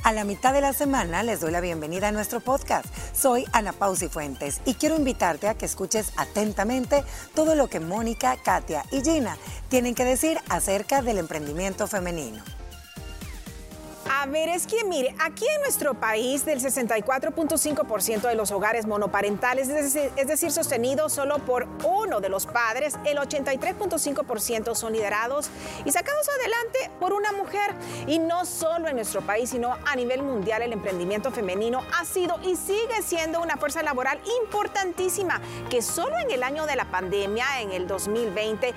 A la mitad de la semana les doy la bienvenida a nuestro podcast. Soy Ana Pausi Fuentes y quiero invitarte a que escuches atentamente todo lo que Mónica, Katia y Gina tienen que decir acerca del emprendimiento femenino. A ver, es que mire, aquí en nuestro país del 64.5% de los hogares monoparentales, es decir, sostenidos solo por uno de los padres, el 83.5% son liderados y sacados adelante por una mujer. Y no solo en nuestro país, sino a nivel mundial, el emprendimiento femenino ha sido y sigue siendo una fuerza laboral importantísima, que solo en el año de la pandemia, en el 2020,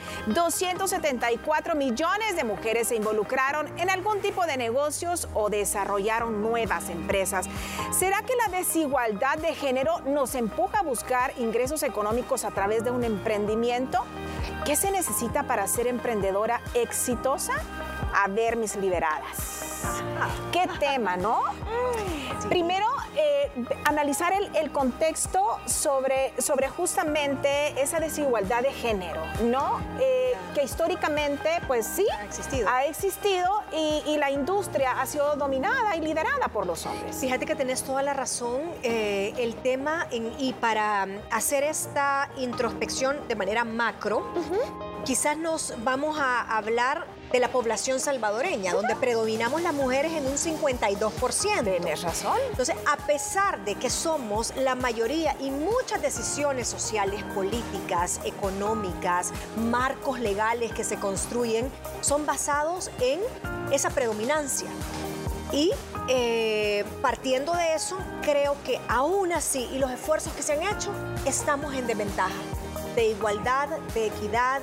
274 millones de mujeres se involucraron en algún tipo de negocios o desarrollaron nuevas empresas. ¿Será que la desigualdad de género nos empuja a buscar ingresos económicos a través de un emprendimiento? ¿Qué se necesita para ser emprendedora exitosa? A ver, mis liberadas. ¿Qué tema, no? Sí. Primero, analizar el contexto sobre justamente esa desigualdad de género, ¿no? Que históricamente, pues sí, ha existido y la industria ha sido dominada y liderada por los hombres. Fíjate que tenés toda la razón, el tema, y para hacer esta introspección de manera macro, quizás nos vamos a hablar de la población salvadoreña, donde predominamos las mujeres en un 52%. Tienes razón. Entonces, a pesar de que somos la mayoría y muchas decisiones sociales, políticas, económicas, marcos legales que se construyen, son basados en esa predominancia. Y partiendo de eso, creo que aún así, y los esfuerzos que se han hecho, estamos en desventaja de igualdad, de equidad,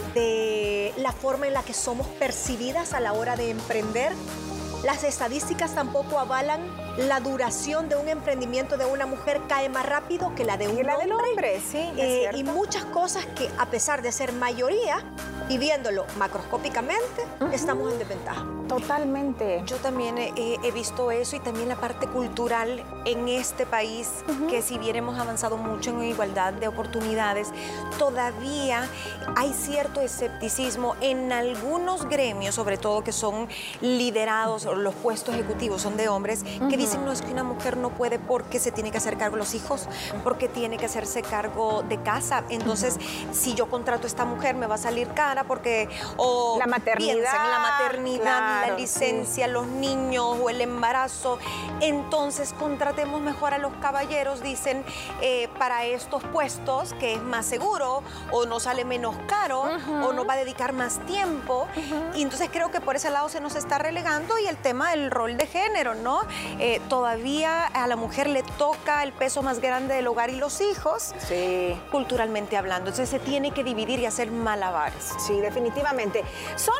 de la forma en la que somos percibidas a la hora de emprender. Las estadísticas tampoco avalan la duración de un emprendimiento de una mujer cae más rápido que la de un hombre. Del hombre, sí, es cierto. Y muchas cosas que, a pesar de ser mayoría, y viéndolo macroscópicamente, estamos en desventaja. Totalmente. Yo también he visto eso y también la parte cultural en este país, que si bien hemos avanzado mucho en igualdad de oportunidades, todavía hay cierto escepticismo en algunos gremios, sobre todo que son liderados, o los puestos ejecutivos son de hombres, que dicen, no, es que una mujer no puede porque se tiene que hacer cargo de los hijos, porque tiene que hacerse cargo de casa. Entonces, si yo contrato a esta mujer, me va a salir cara porque la maternidad, piensan en la maternidad, claro, la licencia, los niños o el embarazo. Entonces, contratemos mejor a los caballeros, dicen, para estos puestos, que es más seguro, o nos sale menos caro, o nos va a dedicar más tiempo. Y entonces creo que por ese lado se nos está relegando, y el tema del rol de género, ¿no? Todavía a la mujer le toca el peso más grande del hogar y los hijos, culturalmente hablando. Entonces se tiene que dividir y hacer malabares. Sí, definitivamente. Son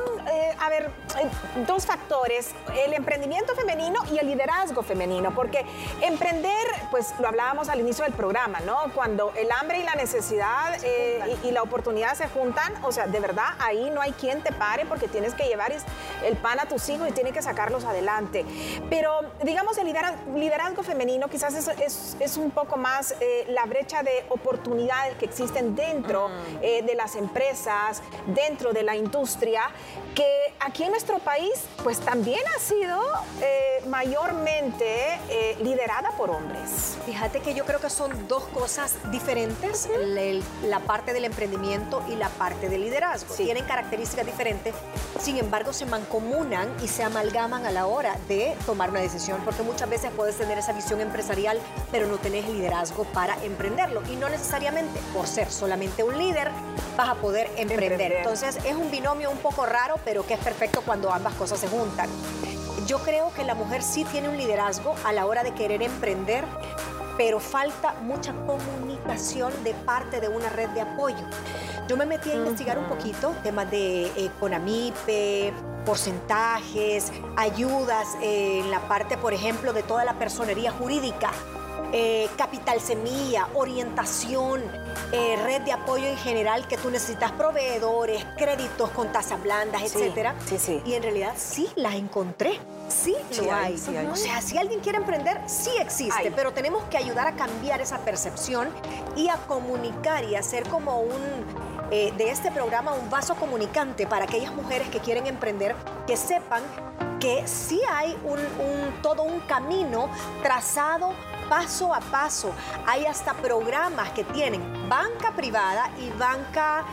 a ver, dos factores, el emprendimiento femenino y el liderazgo femenino, porque emprender, pues lo hablábamos al inicio del programa, ¿no? Cuando el hambre y la necesidad y la oportunidad se juntan, o sea, de verdad, ahí no hay quien te pare, porque tienes que llevar el pan a tus hijos y tienes que sacarlos adelante. Pero, digamos, el liderazgo femenino quizás es un poco más la brecha de oportunidades que existen dentro de las empresas, dentro de la industria, que aquí en nuestro país pues también ha sido mayormente liderada por hombres. Fíjate que yo creo que son dos cosas diferentes, la parte del emprendimiento y la parte del liderazgo. Tienen características diferentes, sin embargo se mancomunan y se amalgaman a la hora de tomar una decisión, porque muchas veces puedes tener esa visión empresarial, pero no tenés el liderazgo para emprenderlo, y no necesariamente por ser solamente un líder vas a poder emprender. Entonces es un binomio un poco raro, pero que es perfecto cuando ambas cosas se juntan. Yo creo que la mujer sí tiene un liderazgo a la hora de querer emprender, pero falta mucha comunicación de parte de una red de apoyo. Yo me metí a investigar un poquito temas de CONAMIPE, porcentajes, ayudas en la parte, por ejemplo, de toda la personería jurídica, capital semilla, orientación, red de apoyo en general, que tú necesitas proveedores, créditos con tasas blandas, etcétera. Y en realidad sí las encontré. Sí lo hay. O sea, si alguien quiere emprender, sí existe, pero tenemos que ayudar a cambiar esa percepción y a comunicar y hacer como de este programa un vaso comunicante para aquellas mujeres que quieren emprender, que sepan que sí hay todo un camino trazado paso a paso. Hay hasta programas que tienen banca privada y banca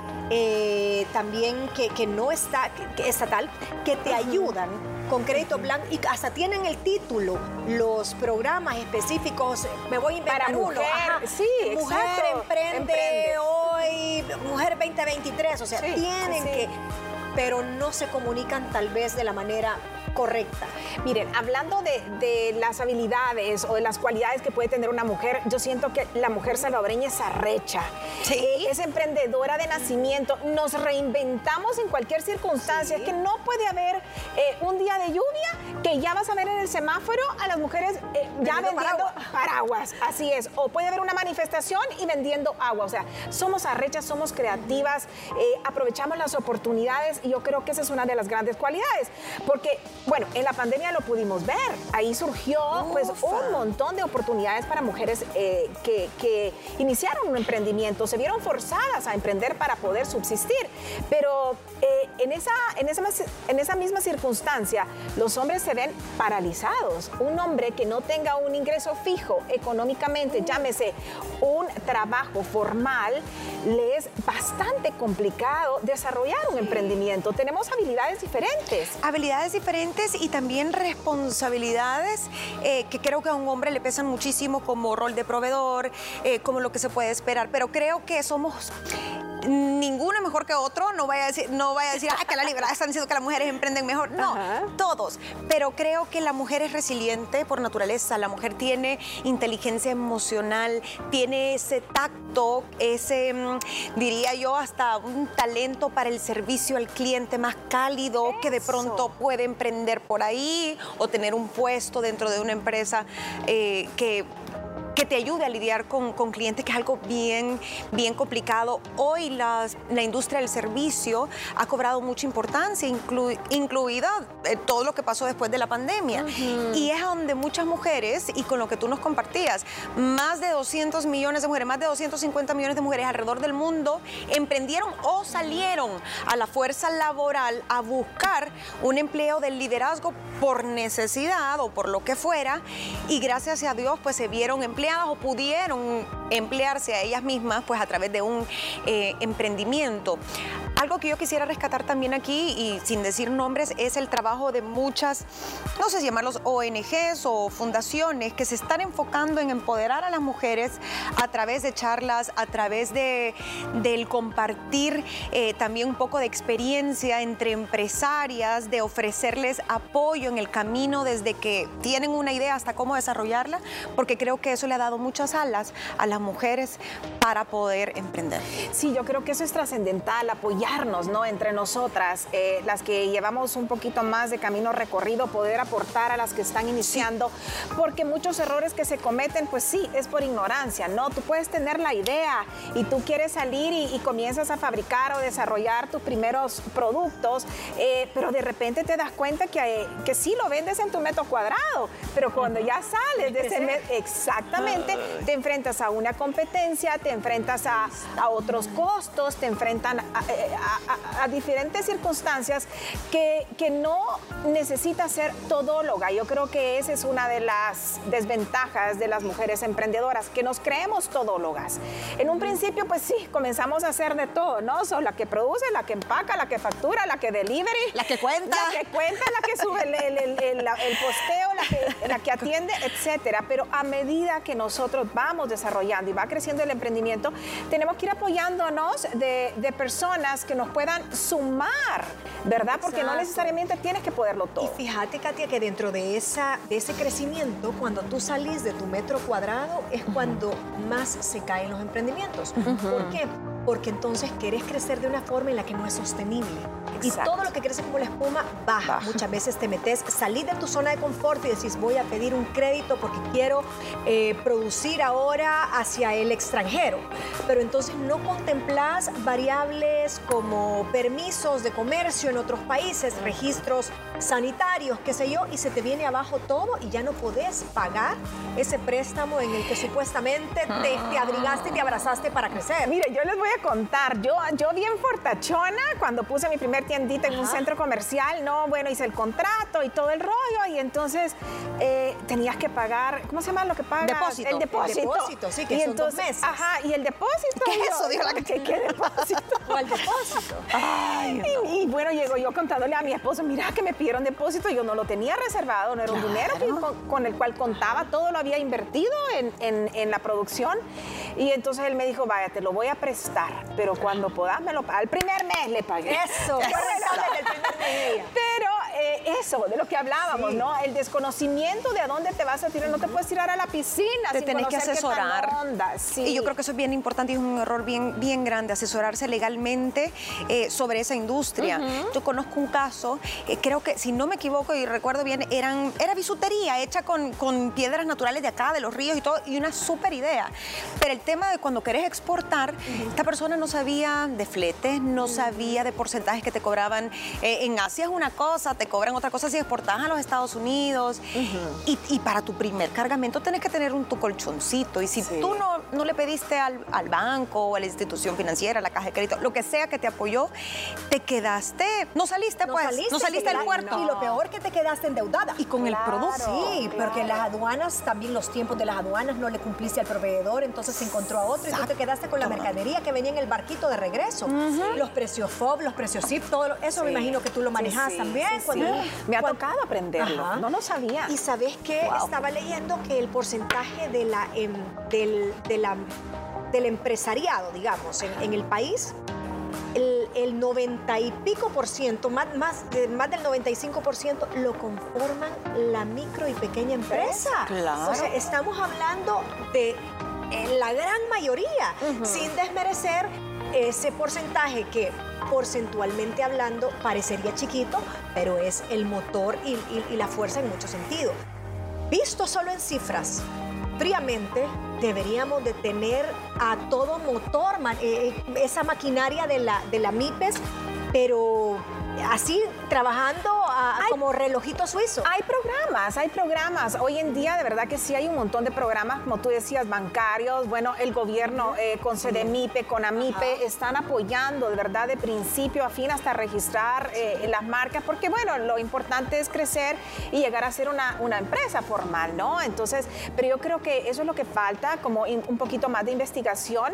también que no está que estatal, que te ayudan con crédito blanco y hasta tienen el título, los programas específicos. Me voy a inventar para mujer, sí, Mujer exacto. emprende hoy, Mujer 2023, o sea, Sí, tienen sí. que, pero no se comunican tal vez de la manera correcta. Miren, hablando de las habilidades o de las cualidades que puede tener una mujer, yo siento que la mujer salvadoreña es arrecha. Sí. Es emprendedora de nacimiento. Nos reinventamos en cualquier circunstancia. Sí. Es que no puede haber un día de lluvia que ya vas a ver en el semáforo a las mujeres ya vendiendo paraguas. Así es. O puede haber una manifestación y vendiendo agua. O sea, somos arrechas, somos creativas, aprovechamos las oportunidades y yo creo que esa es una de las grandes cualidades. Porque bueno, en la pandemia lo pudimos ver. Ahí surgió pues un montón de oportunidades para mujeres que iniciaron un emprendimiento, se vieron forzadas a emprender para poder subsistir. Pero en esa misma circunstancia, los hombres se ven paralizados. Un hombre que no tenga un ingreso fijo económicamente, llámese un trabajo formal, le es bastante complicado desarrollar un emprendimiento. Tenemos habilidades diferentes. Habilidades diferentes y también responsabilidades que creo que a un hombre le pesan muchísimo, como rol de proveedor, como lo que se puede esperar, pero creo que somos ninguno mejor que otro. No vaya a decir que la libertad están diciendo que las mujeres emprenden mejor. No, todos. Pero creo que la mujer es resiliente por naturaleza. La mujer tiene inteligencia emocional, tiene ese tacto, ese, diría yo, hasta un talento para el servicio al cliente más cálido, que de pronto puede emprender por ahí o tener un puesto dentro de una empresa que te ayude a lidiar con clientes, que es algo bien complicado. Hoy la industria del servicio ha cobrado mucha importancia, incluida todo lo que pasó después de la pandemia. Y es donde muchas mujeres, y con lo que tú nos compartías, más de 200 millones de mujeres, más de 250 millones de mujeres alrededor del mundo emprendieron o salieron a la fuerza laboral a buscar un empleo de liderazgo por necesidad o por lo que fuera, y gracias a Dios pues se vieron empleadas o pudieron emplearse a ellas mismas pues a través de un emprendimiento. Algo que yo quisiera rescatar también aquí, y sin decir nombres, es el trabajo de muchas, no sé si llamarlos ONGs o fundaciones, que se están enfocando en empoderar a las mujeres a través de charlas, a través del compartir también un poco de experiencia entre empresarias, de ofrecerles apoyo en el camino desde que tienen una idea hasta cómo desarrollarla, porque creo que eso le ha dado muchas alas a las mujeres para poder emprender. Sí, yo creo que eso es trascendental, apoyarnos, ¿no? Entre nosotras, las que llevamos un poquito más de camino recorrido, poder aportar a las que están iniciando, porque muchos errores que se cometen, pues sí, es por ignorancia, ¿no? Tú puedes tener la idea y tú quieres salir y comienzas a fabricar o desarrollar tus primeros productos, pero de repente te das cuenta que sí lo vendes en tu metro cuadrado, pero cuando ya sales de ese metro, exactamente, te enfrentas a una competencia, te enfrentas a otros costos, te enfrentan a diferentes circunstancias que no necesitas ser todóloga. Yo creo que esa es una de las desventajas de las mujeres emprendedoras, que nos creemos todólogas. En un principio, pues sí, comenzamos a hacer de todo, ¿no? Son la que produce, la que empaca, la que factura, la que delivery, La que cuenta. la que sube el posteo, la que atiende, etcétera. Pero a medida que nosotros vamos desarrollando y va creciendo el emprendimiento, tenemos que ir apoyándonos de personas que nos puedan sumar, ¿verdad? Porque no necesariamente tienes que poderlo todo. Y fíjate, Katia, que dentro de ese crecimiento, cuando tú salís de tu metro cuadrado, es cuando más se caen los emprendimientos. ¿Por qué? Porque entonces querés crecer de una forma en la que no es sostenible. Exacto. Y todo lo que crece como la espuma baja. Muchas veces te metes, salís de tu zona de confort y decís, voy a pedir un crédito porque quiero producir ahora hacia el extranjero. Pero entonces no contemplás variables como permisos de comercio en otros países, registros sanitarios, qué sé yo, y se te viene abajo todo y ya no podés pagar ese préstamo en el que supuestamente te abrigaste y te abrazaste para crecer. Mire, yo les voy a a contar, yo bien fortachona, cuando puse mi primer tiendita en un centro comercial, no, bueno, hice el contrato y todo el rollo, y entonces tenías que pagar, ¿cómo se llama lo que pagas? Depósito. El depósito. El depósito, sí, que y son entonces, 2 meses. Ajá, y el depósito. ¿Qué es eso? Dijo la ¿Qué depósito? ¿Cuál depósito? Ay, y bueno, llego yo contándole a mi esposo, mira que me pidieron depósito, yo no lo tenía reservado, no era un dinero con el cual contaba, todo lo había invertido en la producción, y entonces él me dijo, vaya, te lo voy a prestar, pero cuando puedas me lo pagas. Al primer mes le pagué. Eso, fue rentable el primer mes. Pero eso, de lo que hablábamos, ¿no? El desconocimiento de a dónde te vas a tirar, no te puedes tirar a la piscina. Te tenés que asesorar. Sí. Y yo creo que eso es bien importante y es un error bien grande, asesorarse legalmente sobre esa industria. Yo conozco un caso, creo que, si no me equivoco y recuerdo bien, era bisutería hecha con piedras naturales de acá, de los ríos y todo, y una súper idea. Pero el tema de cuando querés exportar, esta persona no sabía de fletes, no sabía de porcentajes que te cobraban. En Asia es una cosa, te cobran otra cosa si exportas a los Estados Unidos. Y para tu primer cargamento tenés que tener tu colchoncito. Y si tú no le pediste al banco o a la institución financiera, a la caja de crédito, lo que sea que te apoyó, te quedaste, no saliste del puerto. Y lo peor que te quedaste endeudada. Y con el producto. Sí, porque las aduanas, también los tiempos de las aduanas, no le cumpliste al proveedor, entonces se encontró a otro y tú te quedaste con la mercadería que venía en el barquito de regreso. Los precios FOB, los precios SIF, todo eso me imagino que tú lo manejas también. Me ha tocado aprenderlo, no lo sabía. Y ¿sabes qué? Estaba leyendo que el porcentaje del empresariado, digamos, en el país, el 90 y pico por ciento, más del 95% lo conforman la micro y pequeña empresa. Claro. O sea, estamos hablando de la gran mayoría, sin desmerecer ese porcentaje que porcentualmente hablando parecería chiquito, pero es el motor y la fuerza en muchos sentidos. Visto solo en cifras, fríamente deberíamos de tener a todo motor esa maquinaria de la MIPES, pero así trabajando como relojito suizo. Hay programas. Hoy en día, de verdad que sí hay un montón de programas, como tú decías, bancarios. Bueno, el gobierno con CDMIPE, con AMIPE, están apoyando, de verdad, de principio a fin hasta registrar las marcas, porque, bueno, lo importante es crecer y llegar a ser una empresa formal, ¿no? Entonces, pero yo creo que eso es lo que falta, como un poquito más de investigación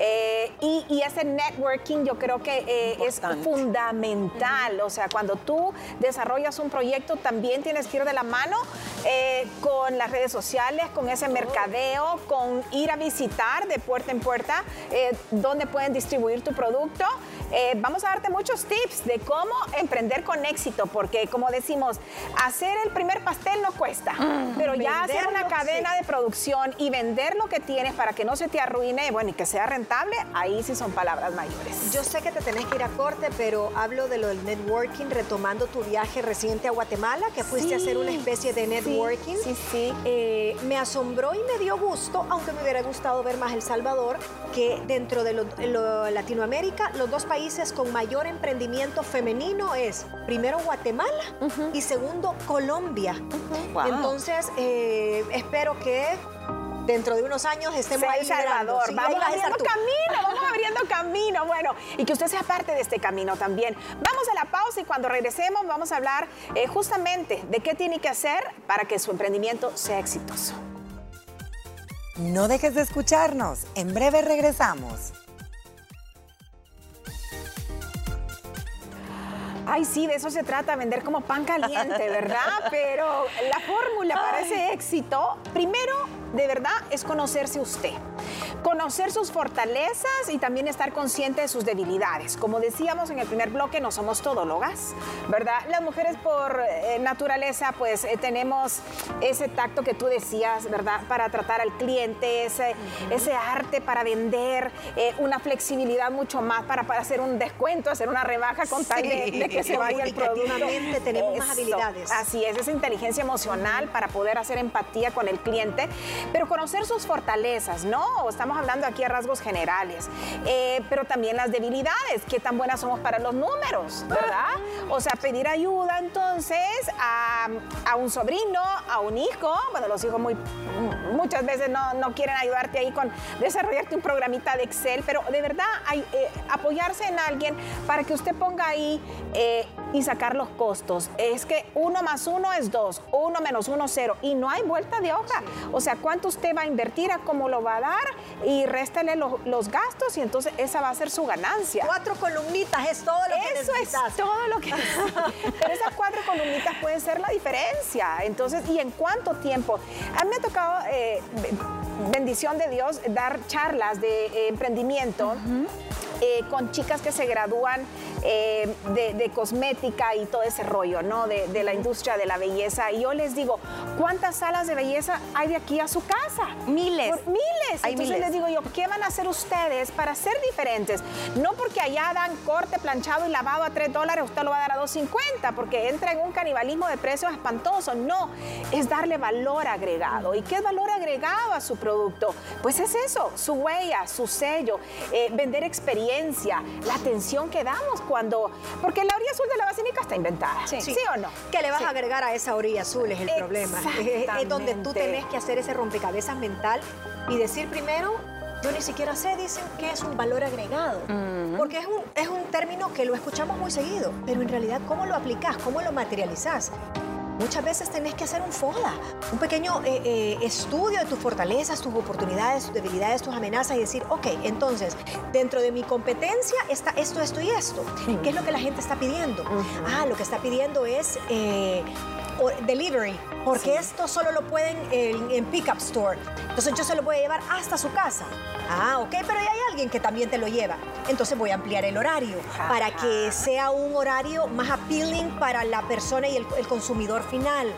y ese networking yo creo que es fundamental. O sea, cuando tú desarrollas un proyecto, también tienes que ir de la mano con las redes sociales, con ese mercadeo, con ir a visitar de puerta en puerta dónde pueden distribuir tu producto. Vamos a darte muchos tips de cómo emprender con éxito, porque como decimos, hacer el primer pastel no cuesta, pero ya hacer una cadena de producción y vender lo que tienes para que no se te arruine, bueno, y que sea rentable, ahí sí son palabras mayores. Yo sé que te tenés que ir a corte, pero hablo de lo del networking, retomando tu viaje reciente a Guatemala, que fuiste a hacer una especie de networking. Sí. Me asombró y me dio gusto, aunque me hubiera gustado ver más El Salvador, que dentro de Latinoamérica, los dos países con mayor emprendimiento femenino es, primero Guatemala y segundo Colombia. Wow. Entonces, espero que dentro de unos años estemos ahí. El Salvador. Sí, vamos abriendo camino. Bueno, y que usted sea parte de este camino también. Vamos a la pausa y cuando regresemos vamos a hablar justamente de qué tiene que hacer para que su emprendimiento sea exitoso. No dejes de escucharnos. En breve regresamos. Ay, sí, de eso se trata, vender como pan caliente, ¿verdad? Pero la fórmula para ese éxito, primero, de verdad, es conocerse usted. Conocer sus fortalezas y también estar consciente de sus debilidades. Como decíamos en el primer bloque, no somos todólogas, ¿verdad? Las mujeres por naturaleza, pues tenemos ese tacto que tú decías, ¿verdad? Para tratar al cliente, ese arte para vender, una flexibilidad mucho más para hacer un descuento, hacer una rebaja con tal de que se vaya el producto. Tenemos más habilidades. Así es, esa inteligencia emocional para poder hacer empatía con el cliente, pero conocer sus fortalezas, ¿no? Estamos estamos hablando aquí a rasgos generales, pero también las debilidades, qué tan buenas somos para los números, ¿verdad? O sea, pedir ayuda entonces a un sobrino, a un hijo. Bueno, los hijos muchas veces no quieren ayudarte ahí con desarrollarte un programita de Excel, pero de verdad apoyarse en alguien para que usted ponga ahí y sacar los costos. Es que 1 más 1 es 2, 1 menos 1 0 y no hay vuelta de hoja. O sea, cuánto usted va a invertir, a cómo lo va a dar y réstale los gastos y entonces esa va a ser su ganancia. 4 columnitas es todo lo que necesitas. Es todo lo que pero esas 4 columnitas pueden ser la diferencia. Entonces, ¿y en cuánto tiempo? A mí me ha tocado, bendición de Dios, dar charlas de emprendimiento con chicas que se gradúan de cosmética y todo ese rollo, ¿no? De la industria de la belleza. Y yo les digo, ¿cuántas salas de belleza hay de aquí a su casa? Miles. Miles. Hay Entonces miles. les digo yo, ¿qué van a hacer ustedes para ser diferentes? No porque allá dan corte, planchado y lavado a $3, usted lo va a dar a $2.50, porque entra en un canibalismo de precios espantoso. No, es darle valor agregado. ¿Y qué es valor agregado a su producto? Pues es eso, su huella, su sello, vender experiencia, la atención que damos cuando... Porque la orilla azul de la basílica está inventada, ¿sí o no? ¿Qué le vas a agregar a esa orilla azul? Es el problema. Es donde tú Exactamente. tenés que hacer ese rompecabezas mental y decir primero, yo ni siquiera sé, dicen, qué es un valor agregado. Porque es un término que lo escuchamos muy seguido, pero en realidad, ¿cómo lo aplicás? ¿Cómo lo materializás? Muchas veces tenés que hacer un FODA, un pequeño estudio de tus fortalezas, tus oportunidades, tus debilidades, tus amenazas y decir, ok, entonces, dentro de mi competencia está esto, esto y esto. ¿Qué es lo que la gente está pidiendo? Lo que está pidiendo es delivery, porque esto solo lo pueden en Pickup Store. Entonces yo se lo voy a llevar hasta su casa. Ok, pero hay alguien que también te lo lleva. Entonces voy a ampliar el horario para que sea un horario más appealing para la persona y el consumidor final.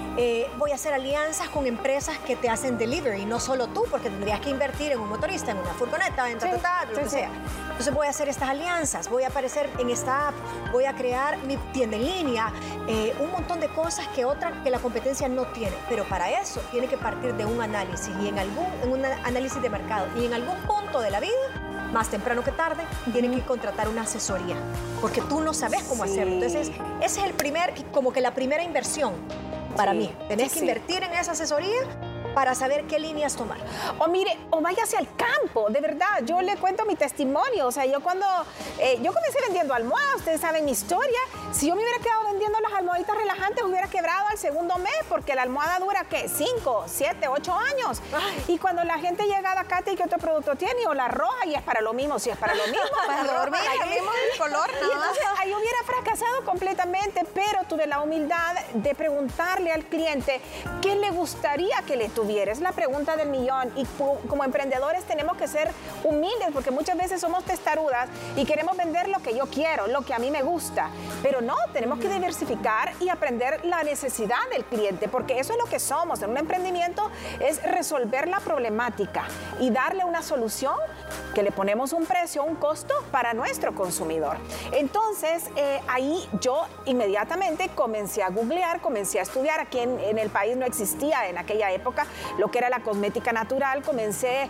Voy a hacer alianzas con empresas que te hacen delivery, no solo tú, porque tendrías que invertir en un motorista, en una furgoneta, en lo que sea. Entonces voy a hacer estas alianzas, voy a aparecer en esta app, voy a crear mi tienda en línea, un montón de cosas que la competencia no tiene. Pero para eso tiene que partir de un análisis y en un análisis de mercado y en algún punto de la vida, más temprano que tarde, tienen que contratar una asesoría, porque tú no sabes cómo hacerlo. Entonces, ese es como que la primera inversión para mí. Tenés que invertir en esa asesoría para saber qué líneas tomar. O mire, o váyase al campo, de verdad. Yo le cuento mi testimonio. O sea, yo cuando yo comencé vendiendo almohadas, ustedes saben mi historia. Si yo me hubiera quedado vendiendo las almohaditas relajantes, hubiera quebrado al segundo mes, porque la almohada dura, ¿qué? 5, 7, 8 años. Ay. Y cuando la gente llega a Katy, ¿qué otro producto tiene? O la roja, y es para lo mismo. Si es para lo mismo, para dormir, lo mismo el color. Y entonces ahí hubiera fracasado completamente, pero tuve la humildad de preguntarle al cliente qué le gustaría que le tuviera. Es la pregunta del millón. Y como emprendedores tenemos que ser humildes, porque muchas veces somos testarudas y queremos vender lo que yo quiero, lo que a mí me gusta. Pero no, tenemos que diversificar y aprender la necesidad del cliente, porque eso es lo que somos. En un emprendimiento es resolver la problemática y darle una solución que le ponemos un precio, un costo para nuestro consumidor. Entonces, ahí yo inmediatamente comencé a googlear, comencé a estudiar. Aquí en el país no existía en aquella época lo que era la cosmética natural. Comencé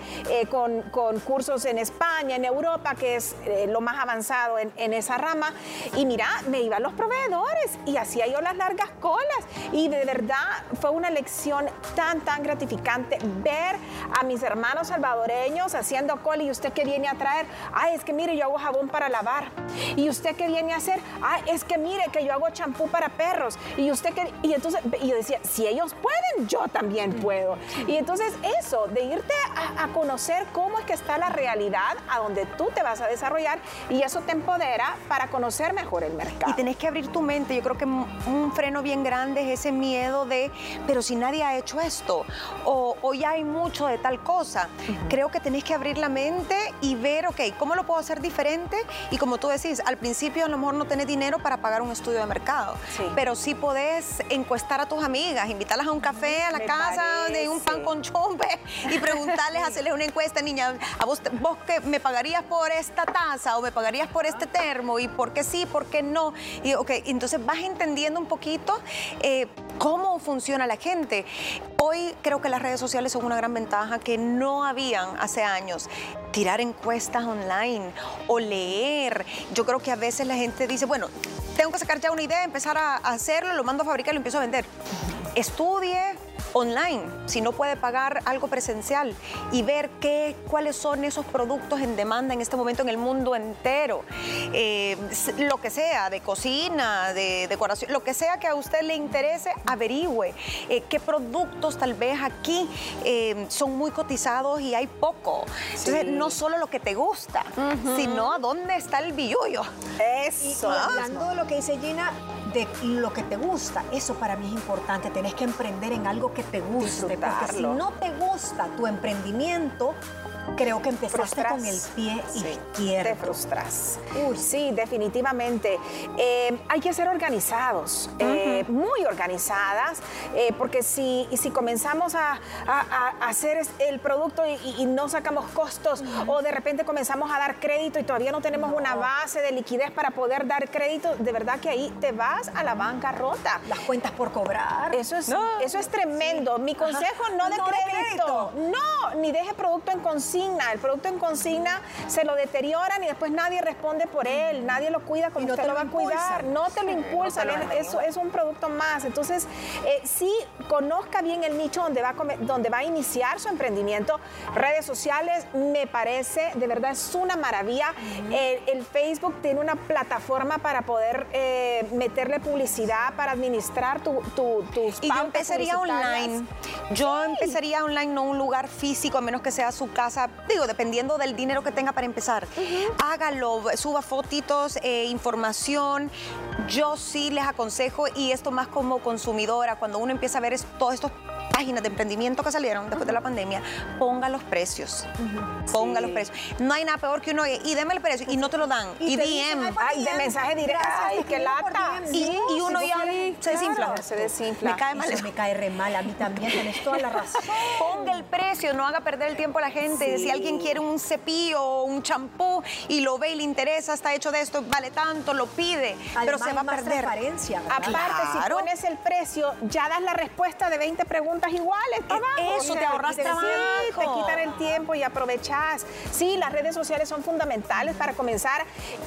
con cursos en España, en Europa, que es lo más avanzado en esa rama. Y mira, me iban los proveedores y hacía yo las largas colas. Y de verdad fue una lección tan gratificante ver a mis hermanos salvadoreños haciendo cola. ¿Y usted qué viene a traer? Ay, es que mire, yo hago jabón para lavar. ¿Y usted qué viene a hacer? Ay, es que mire, que yo hago champú para perros. Y usted qué... Y entonces y yo decía, si ellos pueden, yo también puedo. Y entonces eso, de irte a conocer cómo es que está la realidad a donde tú te vas a desarrollar, y eso te empodera para conocer mejor el mercado. Y tenés que abrir tu mente. Yo creo que un freno bien grande es ese miedo de, pero si nadie ha hecho esto, o ya hay mucho de tal cosa. Creo que tenés que abrir la mente y ver, ok, ¿cómo lo puedo hacer diferente? Y como tú decís, al principio a lo mejor no tenés dinero para pagar un estudio de mercado, pero sí podés encuestar a tus amigas, invitarlas a un café, a la casa, de un pan con chompe, y preguntarles, hacerles una encuesta, niña, ¿a vos que me pagarías por esta taza o me pagarías por este termo? ¿Y por qué sí, por qué no? Y ok, entonces vas entendiendo un poquito, cómo funciona la gente. Hoy creo que las redes sociales son una gran ventaja que no habían hace años. Tirar encuestas online o leer. Yo creo que a veces la gente dice, bueno, tengo que sacar ya una idea, empezar a hacerlo, lo mando a fabricar y lo empiezo a vender. Estudie online, si no puede pagar algo presencial, y ver cuáles son esos productos en demanda en este momento en el mundo entero. Lo que sea, de cocina, de decoración, lo que sea que a usted le interese, averigüe qué productos tal vez aquí son muy cotizados y hay poco. Entonces, no solo lo que te gusta, sino a dónde está el billullo. Eso. Y hablando de lo que dice Gina, de lo que te gusta, eso para mí es importante. Tenés que emprender en algo que te guste, porque si no te gusta tu emprendimiento, creo que empezaste con el pie izquierdo. Te frustras. Uy, sí, definitivamente. Hay que ser organizados, muy organizadas, porque si comenzamos a hacer el producto y no sacamos costos, o de repente comenzamos a dar crédito y todavía no tenemos una base de liquidez para poder dar crédito, de verdad que ahí te vas a la bancarrota. Las cuentas por cobrar. Eso es tremendo. Mi consejo, no de crédito. No, ni deje producto en consigna. El producto en consigna se lo deterioran y después nadie responde por él, nadie lo cuida como usted lo va a cuidar. No te lo impulsan, eso es un producto más. Entonces, sí, conozca bien el nicho donde va a iniciar su emprendimiento. Redes sociales, me parece, de verdad, es una maravilla. El Facebook tiene una plataforma para poder meterle publicidad, para administrar tus pautas. Y yo empezaría online. Yo empezaría online, no un lugar físico, a menos que sea su casa. Digo, dependiendo del dinero que tenga para empezar. Hágalo, suba fotitos, información. Yo sí les aconsejo, y esto más como consumidora, cuando uno empieza a ver todas estas páginas de emprendimiento que salieron después de la pandemia, ponga los precios. Ponga los precios. No hay nada peor que uno, y deme el precio, y no te lo dan. Y DM. Ay, de mensaje directo. Ay, qué lata. Y uno ya se desinfla. Se desinfla. Me cae mal. Eso me cae re mal. A mí también, tenés toda la razón. Ponga el precio, no haga perder el tiempo a la gente. Si alguien quiere un cepillo o un champú y lo ve y le interesa, está hecho de esto, vale tanto, lo pide. Además, pero se va a perder. Aparte, si pones el precio, ya das la respuesta de 20 preguntas iguales. Eso, te ahorras trabajo. Te quitan el tiempo y aprovechas. Sí, las redes sociales son fundamentales para comenzar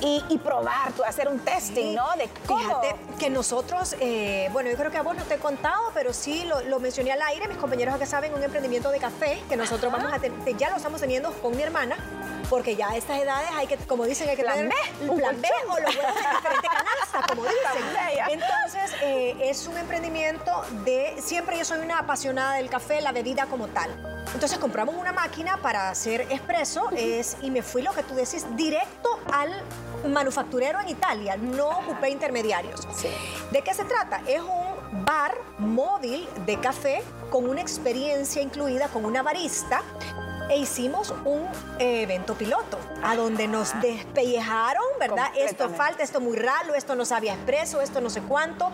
y probar, hacer un testing, ¿no? De cómo. Fíjate que nosotros, bueno, yo creo que a vos no te he contado, pero sí lo mencioné al aire, mis compañeros acá saben, un emprendimiento de café que nosotros vamos a tener, ya lo estamos teniendo con mi hermana, porque ya a estas edades hay que, como dicen, hay que tener un plan B o los huevos en diferente canasta, como dicen. Entonces, es un emprendimiento siempre yo soy una apasionada del café, la bebida como tal. Entonces compramos una máquina para hacer espresso y me fui, lo que tú decís, directo al manufacturero en Italia, no ocupé intermediarios. Sí. ¿De qué se trata? Es un bar móvil de café con una experiencia incluida, con una barista, e hicimos un evento piloto a donde nos despellejaron, ¿verdad? Esto falta, esto muy raro, esto no sabía expreso, esto no sé cuánto,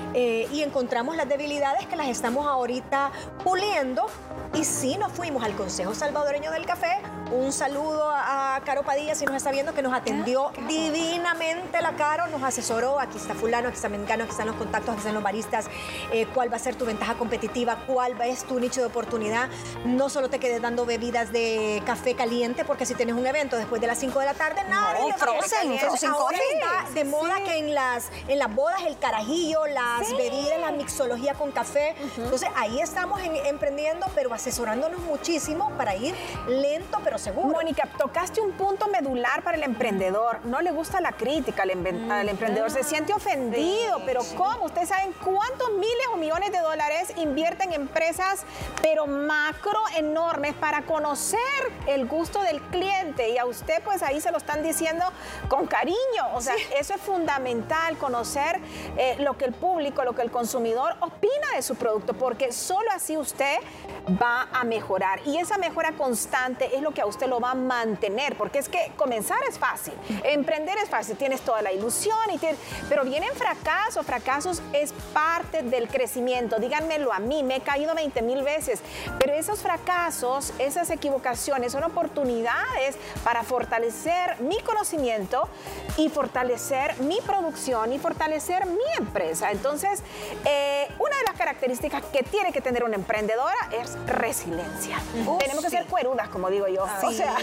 y encontramos las debilidades que las estamos ahorita puliendo. Y sí, nos fuimos al Consejo Salvadoreño del Café. Un saludo a Caro Padilla, si nos está viendo, que nos atendió divinamente la Caro, nos asesoró. Aquí está fulano, aquí está mengano, aquí están los contactos, aquí están los baristas, cuál va a ser tu ventaja competitiva, cuál es tu nicho de oportunidad. No solo te quedes dando bebidas de café caliente, porque si tienes un evento después de las 5 de la tarde, nadie le frozen ahora está de moda que en las bodas el carajillo, las bebidas, la mixología con café. Entonces ahí estamos emprendiendo, pero asesorándonos muchísimo para ir lento pero seguro. Mónica, tocaste un punto medular para el emprendedor. No le gusta la crítica al emprendedor, se siente ofendido, pero ¿cómo? Ustedes saben cuántos miles o millones de dólares invierten empresas, pero macro enormes, para conocer el gusto del cliente, y a usted pues ahí se lo están diciendo con cariño. O sea, eso es fundamental, conocer lo que el público, lo que el consumidor opina de su producto, porque solo así usted va a mejorar, y esa mejora constante es lo que a usted lo va a mantener, porque es que comenzar es fácil, emprender es fácil, tienes toda la ilusión, pero vienen fracasos es parte del crecimiento. Díganme modelo, a mí, me he caído 20,000 veces, pero esos fracasos, esas equivocaciones son oportunidades para fortalecer mi conocimiento y fortalecer mi producción y fortalecer mi empresa. Entonces, una de las características que tiene que tener una emprendedora es resiliencia. Tenemos que ser cuerudas, como digo yo. Sí, o sea,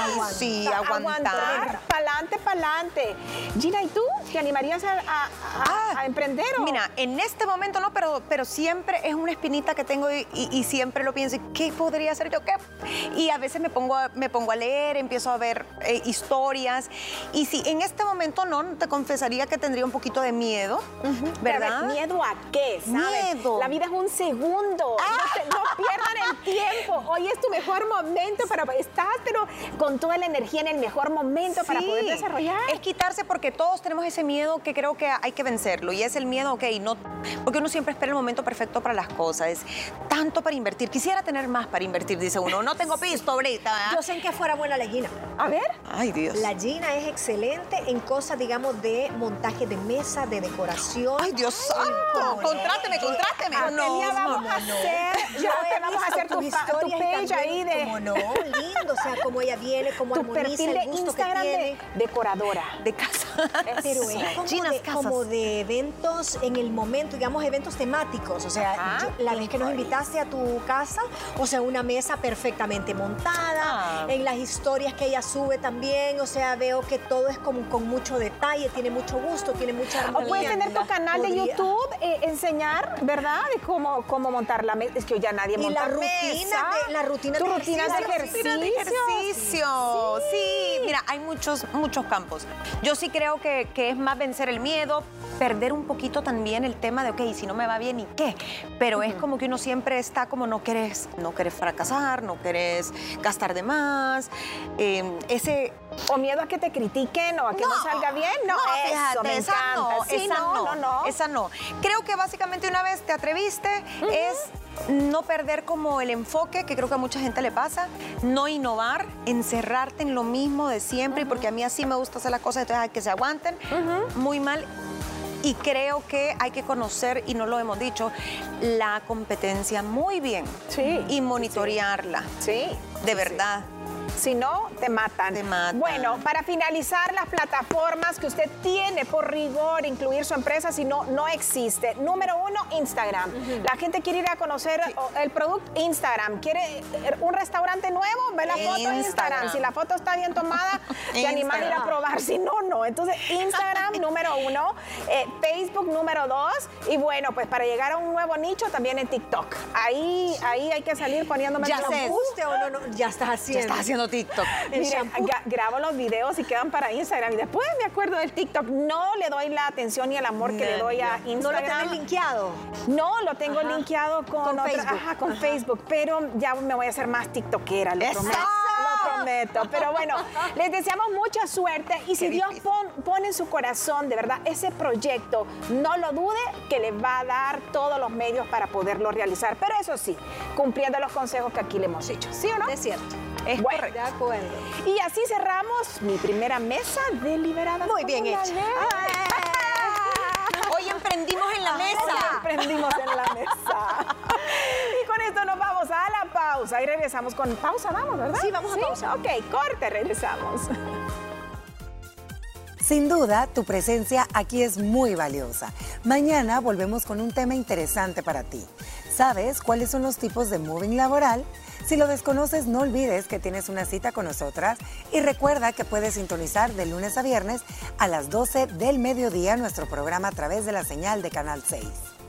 aguantar. Pa'lante, pa'lante. Gina, ¿y tú te animarías a emprender? Mira, en este momento no, pero siempre es una espinita que tengo y siempre lo pienso. ¿Qué podría hacer yo? ¿Qué? Y a veces me pongo a leer, empiezo a ver historias. Y si en este momento no, te confesaría que tendría un poquito de miedo, ¿verdad? ¿Miedo a qué? ¿Sabes? Miedo. La vida es un segundo. No pierdan el tiempo. Hoy es tu mejor momento para estar, pero con toda la energía en el mejor momento para poder desarrollar. Es quitarse, porque todos tenemos ese miedo que creo que hay que vencerlo. Y es el miedo, no, porque uno siempre espera el momento perfecto para las cosas. Es tanto para invertir. Quisiera tener más para invertir, dice uno. No tengo pisto ahorita, ¿verdad? Yo sé en qué fuera buena la Gina. A ver. Ay, Dios. La Gina es excelente en cosas, digamos, de montaje de mesa, de decoración. Ay, Dios santo. Contráteme. Vamos a hacer tu page ahí de... Como no, lindo, o sea, como ella viene, como tu armoniza perfil de el gusto Instagram que tiene. de decoradora. De casa. Pero es como de eventos en el momento, digamos, eventos temáticos. O sea, la vez que nos invitaste a tu casa, o sea, una mesa perfectamente montada, en las historias que ella sube también, o sea, veo que todo es como con mucho detalle, tiene mucho gusto, tiene mucha armonía. O puedes tener tu canal de YouTube, enseñar, ¿verdad? De cómo montar la mesa. Es que ya nadie monta mesa. La rutina tu de rutina de ejercicio. Sí, mira, hay muchos campos. Yo sí creo que es más vencer el miedo, perder un poquito también el tema de, ok, si no me va bien, ¿y qué? Pero es como que uno siempre está como no querés fracasar, no querés gastar de más, O miedo a que te critiquen o a que no salga bien. No, eso me encanta. Esa no. Creo que básicamente una vez te atreviste, es no perder como el enfoque, que creo que a mucha gente le pasa, no innovar, encerrarte en lo mismo de siempre, porque a mí así me gusta hacer las cosas, entonces hay que se aguanten, muy mal. Y creo que hay que conocer, y no lo hemos dicho, la competencia muy bien. Sí. Y monitorearla. Sí. De verdad. Si no, te matan. Bueno, para finalizar, las plataformas que usted tiene por rigor incluir su empresa, si no, no existe. Número 1, Instagram. La gente quiere ir a conocer el producto, Instagram. ¿Quiere un restaurante nuevo? Ve la foto en Instagram. Si la foto está bien tomada, te animas a ir a probar. Si no, no. Entonces, Instagram, número 1. Facebook, número 2. Y bueno, pues para llegar a un nuevo nicho, también en TikTok. Ahí hay que salir poniéndome... Ya se guste o no, ya estás haciendo. Ya estás haciendo TikTok. Miren, grabo los videos y quedan para Instagram y después me acuerdo del TikTok. No le doy la atención y el amor que le doy a Instagram. ¿No lo tenés linkeado? No, lo tengo linkeado con Facebook. Con Facebook, pero ya me voy a hacer más tiktokera, lo prometo. Pero bueno, les deseamos mucha suerte y si Dios pone en su corazón de verdad ese proyecto, no lo dude que le va a dar todos los medios para poderlo realizar. Pero eso sí, cumpliendo los consejos que aquí le hemos dicho. ¿Sí o no? Es cierto. Es correcto. De acuerdo. Y así cerramos mi primera mesa de Liberadas. Muy bien hecha. Hoy emprendimos en la mesa. Emprendimos en la mesa. Y con esto nos vamos a la pausa y regresamos con pausa, vamos, ¿verdad? Sí, vamos a pausa. Ok, corte, regresamos. Sin duda, tu presencia aquí es muy valiosa. Mañana volvemos con un tema interesante para ti. ¿Sabes cuáles son los tipos de moving laboral? Si lo desconoces, no olvides que tienes una cita con nosotras y recuerda que puedes sintonizar de lunes a viernes a las 12 del mediodía nuestro programa a través de la señal de Canal 6.